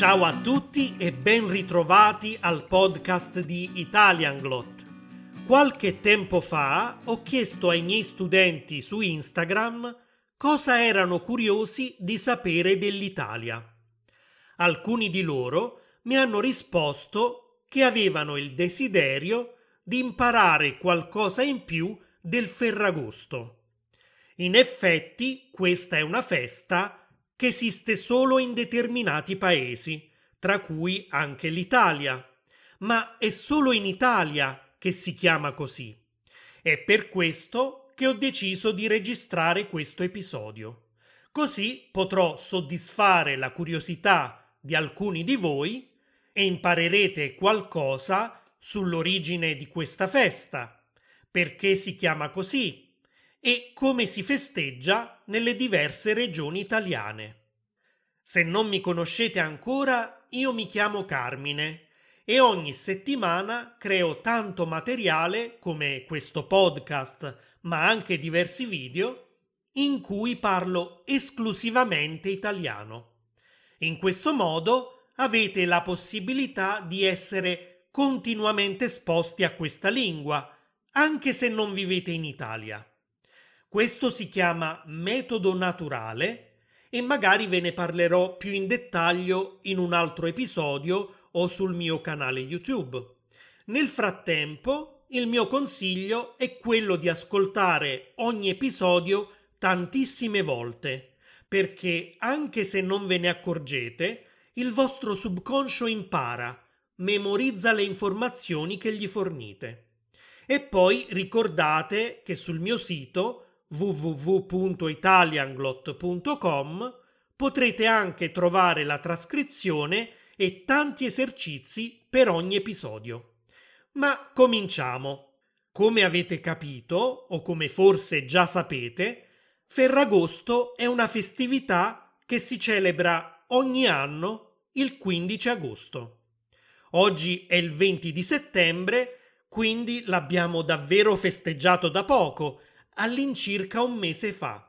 Ciao a tutti e ben ritrovati al podcast di Italianglot. Qualche tempo fa ho chiesto ai miei studenti su Instagram cosa erano curiosi di sapere dell'Italia. Alcuni di loro mi hanno risposto che avevano il desiderio di imparare qualcosa in più del Ferragosto. In effetti, questa è una festa che esiste solo in determinati paesi, tra cui anche l'Italia. Ma è solo in Italia che si chiama così. È per questo che ho deciso di registrare questo episodio. Così potrò soddisfare la curiosità di alcuni di voi e imparerete qualcosa sull'origine di questa festa, perché si chiama così e come si festeggia nelle diverse regioni italiane. Se non mi conoscete ancora, io mi chiamo Carmine e ogni settimana creo tanto materiale come questo podcast, ma anche diversi video in cui parlo esclusivamente italiano. In questo modo avete la possibilità di essere continuamente esposti a questa lingua, anche se non vivete in Italia. Questo si chiama metodo naturale e magari ve ne parlerò più in dettaglio in un altro episodio o sul mio canale YouTube. Nel frattempo, il mio consiglio è quello di ascoltare ogni episodio tantissime volte, perché anche se non ve ne accorgete, il vostro subconscio impara, memorizza le informazioni che gli fornite. E poi ricordate che sul mio sito www.italianglot.com potrete anche trovare la trascrizione e tanti esercizi per ogni episodio. Ma cominciamo. Come avete capito, o come forse già sapete, Ferragosto è una festività che si celebra ogni anno il 15 agosto. Oggi è il 20 di settembre, quindi l'abbiamo davvero festeggiato da poco, all'incirca un mese fa.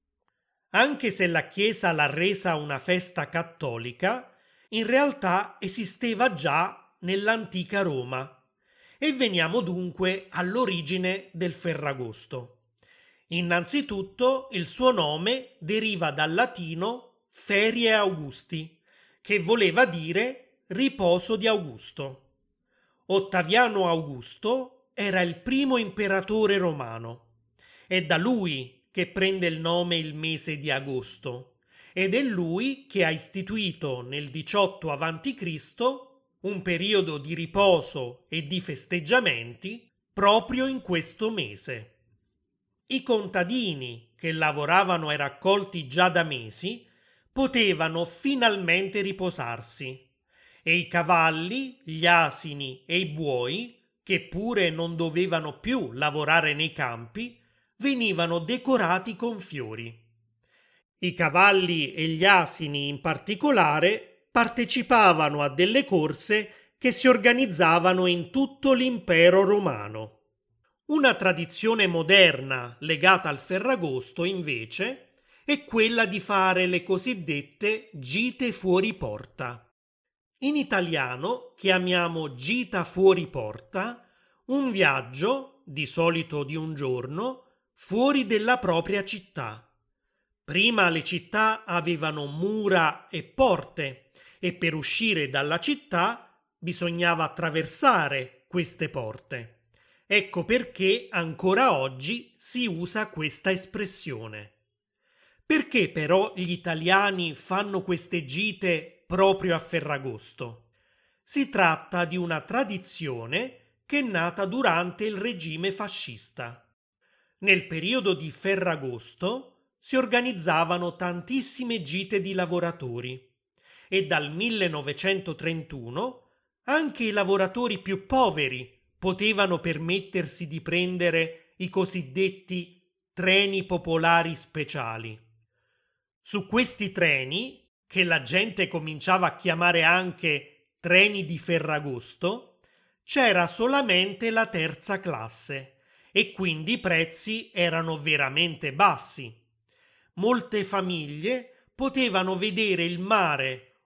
Anche se la Chiesa l'ha resa una festa cattolica, in realtà esisteva già nell'antica Roma. E veniamo dunque all'origine del Ferragosto. Innanzitutto il suo nome deriva dal latino Ferie Augusti, che voleva dire riposo di Augusto. Ottaviano Augusto era il primo imperatore romano. È da lui che prende il nome il mese di agosto ed è lui che ha istituito nel 18 a.C. un periodo di riposo e di festeggiamenti proprio in questo mese. I contadini che lavoravano ai raccolti già da mesi potevano finalmente riposarsi e i cavalli, gli asini e i buoi, che pure non dovevano più lavorare nei campi, venivano decorati con fiori. I cavalli e gli asini in particolare partecipavano a delle corse che si organizzavano in tutto l'impero romano. Una tradizione moderna legata al Ferragosto, invece, è quella di fare le cosiddette gite fuori porta. In italiano chiamiamo gita fuori porta un viaggio, di solito di un giorno, fuori della propria città. Prima le città avevano mura e porte e per uscire dalla città bisognava attraversare queste porte. Ecco perché ancora oggi si usa questa espressione. Perché però gli italiani fanno queste gite proprio a Ferragosto? Si tratta di una tradizione che è nata durante il regime fascista. Nel periodo di Ferragosto si organizzavano tantissime gite di lavoratori e dal 1931 anche i lavoratori più poveri potevano permettersi di prendere i cosiddetti treni popolari speciali. Su questi treni, che la gente cominciava a chiamare anche treni di Ferragosto, c'era solamente la terza classe e quindi i prezzi erano veramente bassi. Molte famiglie potevano vedere il mare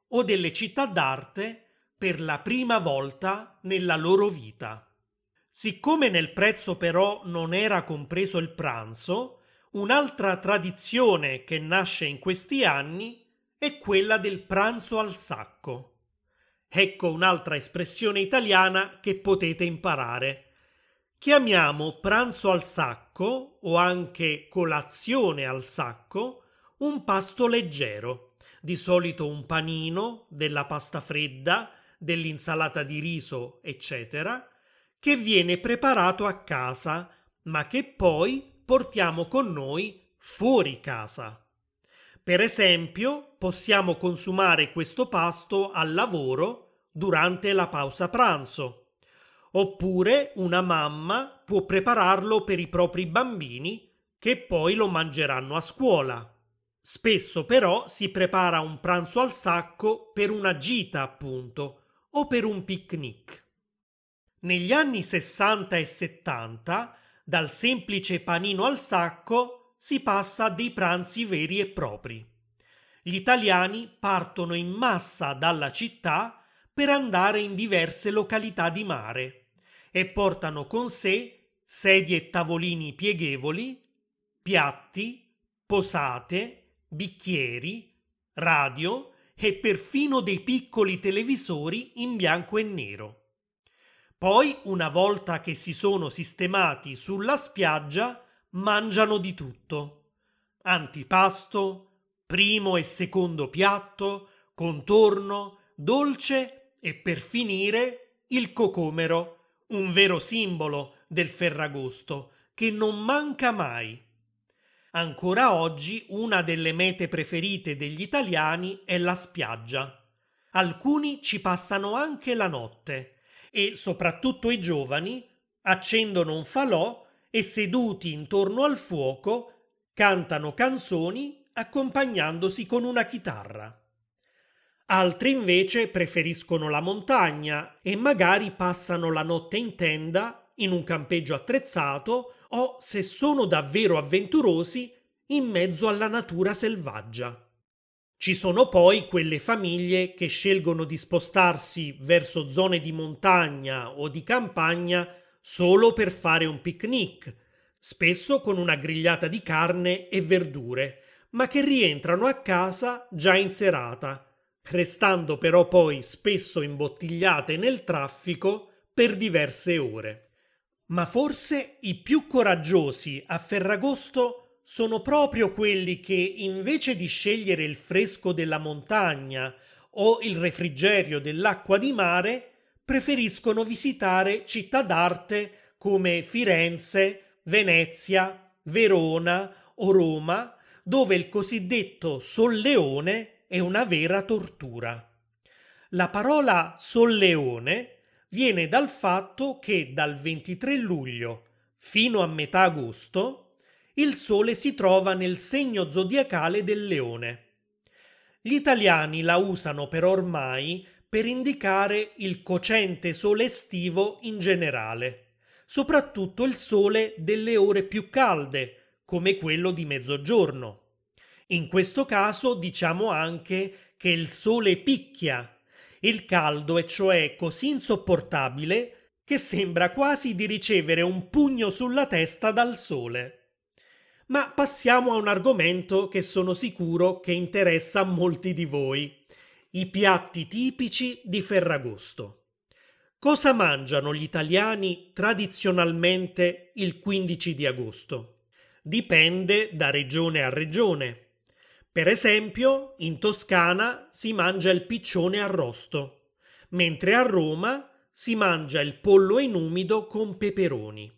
o delle città d'arte per la prima volta nella loro vita. Siccome nel prezzo però non era compreso il pranzo, un'altra tradizione che nasce in questi anni è quella del pranzo al sacco. Ecco un'altra espressione italiana che potete imparare. Chiamiamo pranzo al sacco o anche colazione al sacco un pasto leggero, di solito un panino, della pasta fredda, dell'insalata di riso, eccetera, che viene preparato a casa, ma che poi portiamo con noi fuori casa. Per esempio, possiamo consumare questo pasto al lavoro durante la pausa pranzo, oppure una mamma può prepararlo per i propri bambini che poi lo mangeranno a scuola. Spesso però si prepara un pranzo al sacco per una gita, appunto, o per un picnic. Negli anni 60 e 70, dal semplice panino al sacco si passa a dei pranzi veri e propri. Gli italiani partono in massa dalla città per andare in diverse località di mare e portano con sé sedie e tavolini pieghevoli, piatti, posate, bicchieri, radio e perfino dei piccoli televisori in bianco e nero. Poi, una volta che si sono sistemati sulla spiaggia, mangiano di tutto. Antipasto, primo e secondo piatto, contorno, dolce e per finire il cocomero, un vero simbolo del Ferragosto che non manca mai. Ancora oggi una delle mete preferite degli italiani è la spiaggia. Alcuni ci passano anche la notte e soprattutto i giovani accendono un falò e seduti intorno al fuoco cantano canzoni accompagnandosi con una chitarra. Altri invece preferiscono la montagna e magari passano la notte in tenda, in un campeggio attrezzato o, se sono davvero avventurosi, in mezzo alla natura selvaggia. Ci sono poi quelle famiglie che scelgono di spostarsi verso zone di montagna o di campagna solo per fare un picnic, spesso con una grigliata di carne e verdure, ma che rientrano a casa già in serata, restando però poi spesso imbottigliate nel traffico per diverse ore. Ma forse i più coraggiosi a Ferragosto sono proprio quelli che, invece di scegliere il fresco della montagna o il refrigerio dell'acqua di mare, preferiscono visitare città d'arte come Firenze, Venezia, Verona o Roma, dove il cosiddetto solleone è una vera tortura. La parola solleone viene dal fatto che dal 23 luglio fino a metà agosto il sole si trova nel segno zodiacale del leone. Gli italiani la usano però ormai per indicare il cocente sole estivo in generale, soprattutto il sole delle ore più calde, come quello di mezzogiorno. In questo caso diciamo anche che il sole picchia. Il caldo è cioè così insopportabile che sembra quasi di ricevere un pugno sulla testa dal sole. Ma passiamo a un argomento che sono sicuro che interessa a molti di voi: i piatti tipici di Ferragosto. Cosa mangiano gli italiani tradizionalmente il 15 di agosto? Dipende da regione a regione. Per esempio, in Toscana si mangia il piccione arrosto, mentre a Roma si mangia il pollo in umido con peperoni.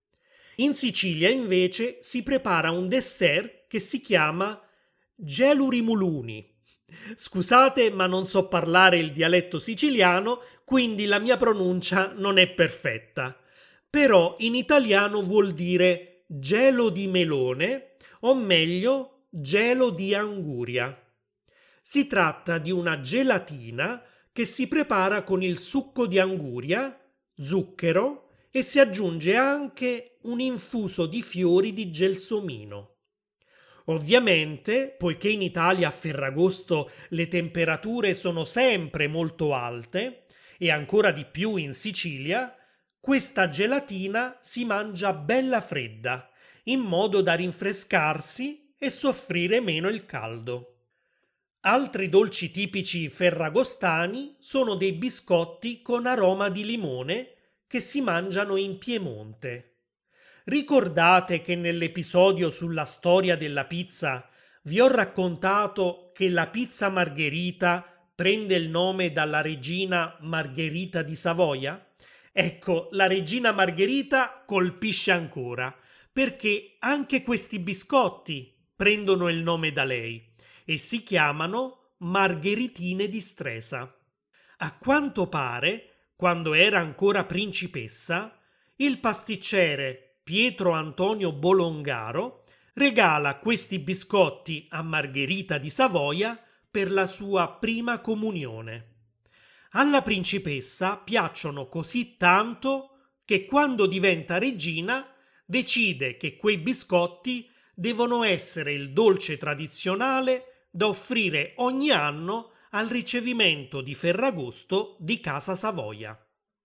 In Sicilia invece si prepara un dessert che si chiama gelurimuluni. Scusate, ma non so parlare il dialetto siciliano, quindi la mia pronuncia non è perfetta. Però in italiano vuol dire gelo di melone, o meglio, gelo di anguria. Si tratta di una gelatina che si prepara con il succo di anguria, zucchero e si aggiunge anche un infuso di fiori di gelsomino. Ovviamente, poiché in Italia a Ferragosto le temperature sono sempre molto alte, e ancora di più in Sicilia, questa gelatina si mangia bella fredda, in modo da rinfrescarsi e soffrire meno il caldo. Altri dolci tipici ferragostani sono dei biscotti con aroma di limone che si mangiano in Piemonte. Ricordate che nell'episodio sulla storia della pizza vi ho raccontato che la pizza margherita prende il nome dalla regina Margherita di Savoia? Ecco, la regina Margherita colpisce ancora, perché anche questi biscotti prendono il nome da lei e si chiamano margheritine di Stresa. A quanto pare, quando era ancora principessa, il pasticcere Pietro Antonio Bolongaro regala questi biscotti a Margherita di Savoia per la sua prima comunione. Alla principessa piacciono così tanto che quando diventa regina decide che quei biscotti devono essere il dolce tradizionale da offrire ogni anno al ricevimento di Ferragosto di Casa Savoia.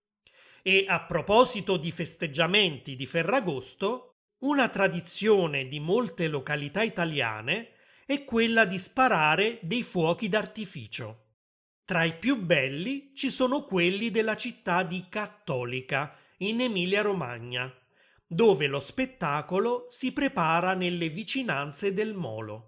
E a proposito di festeggiamenti di Ferragosto, una tradizione di molte località italiane è quella di sparare dei fuochi d'artificio. Tra i più belli ci sono quelli della città di Cattolica, in Emilia-Romagna, dove lo spettacolo si prepara nelle vicinanze del molo.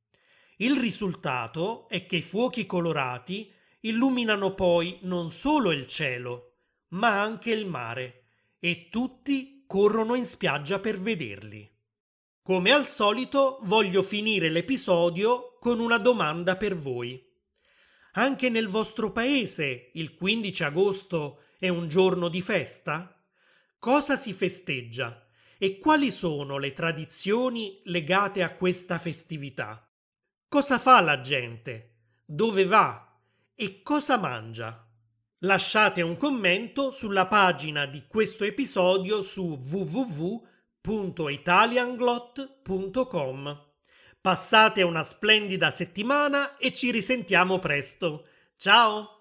Il risultato è che i fuochi colorati illuminano poi non solo il cielo, ma anche il mare, e tutti corrono in spiaggia per vederli. Come al solito voglio finire l'episodio con una domanda per voi. Anche nel vostro paese il 15 agosto è un giorno di festa? Cosa si festeggia e quali sono le tradizioni legate a questa festività? Cosa fa la gente? Dove va? E cosa mangia? Lasciate un commento sulla pagina di questo episodio su www.italianglot.com. Passate una splendida settimana e ci risentiamo presto. Ciao!